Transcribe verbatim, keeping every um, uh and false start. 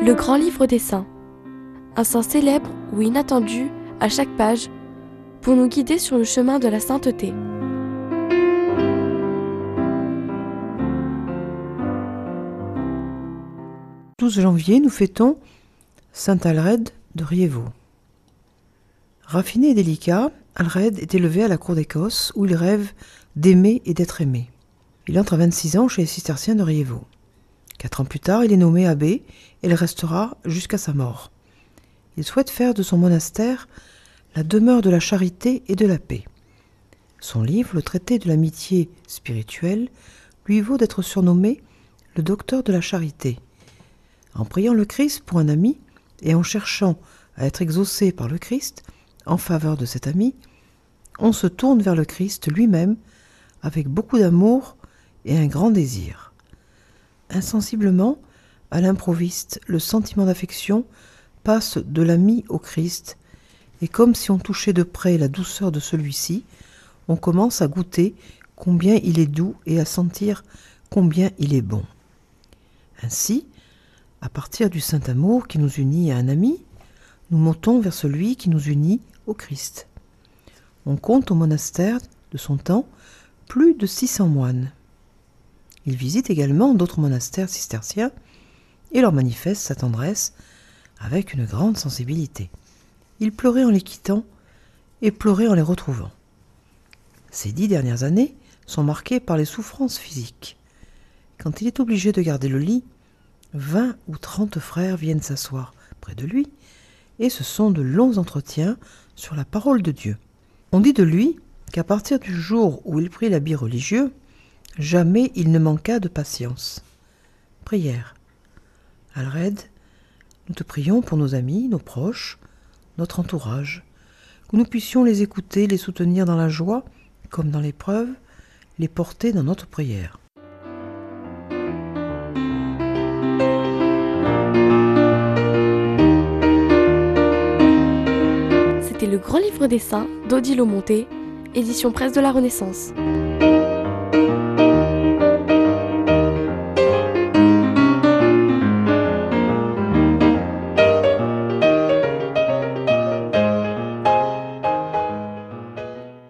Le grand livre des saints. Un saint célèbre ou inattendu à chaque page pour nous guider sur le chemin de la sainteté. douze janvier, nous fêtons saint Alred de Rievaulx. Raffiné et délicat, Alred est élevé à la cour d'Écosse où il rêve d'aimer et d'être aimé. Il entre à vingt-six ans chez les cisterciens de Rievaulx. Quatre ans plus tard, il est nommé abbé et il restera jusqu'à sa mort. Il souhaite faire de son monastère la demeure de la charité et de la paix. Son livre, le traité de l'amitié spirituelle, lui vaut d'être surnommé le docteur de la charité. En priant le Christ pour un ami et en cherchant à être exaucé par le Christ en faveur de cet ami, on se tourne vers le Christ lui-même avec beaucoup d'amour et un grand désir. Insensiblement, à l'improviste, le sentiment d'affection passe de l'ami au Christ, et comme si on touchait de près la douceur de celui-ci, on commence à goûter combien il est doux et à sentir combien il est bon. Ainsi, à partir du saint amour qui nous unit à un ami, nous montons vers celui qui nous unit au Christ. On compte au monastère de son temps plus de six cents moines. Il visite également d'autres monastères cisterciens et leur manifeste sa tendresse avec une grande sensibilité. Il pleurait en les quittant et pleurait en les retrouvant. Ces dix dernières années sont marquées par les souffrances physiques. Quand il est obligé de garder le lit, vingt ou trente frères viennent s'asseoir près de lui et ce sont de longs entretiens sur la parole de Dieu. On dit de lui qu'à partir du jour où il prit l'habit religieux, jamais il ne manqua de patience. Prière. Alred, nous te prions pour nos amis, nos proches, notre entourage, que nous puissions les écouter, les soutenir dans la joie comme dans l'épreuve, les porter dans notre prière. C'était le grand livre des saints d'Odile Monté, édition Presse de la Renaissance.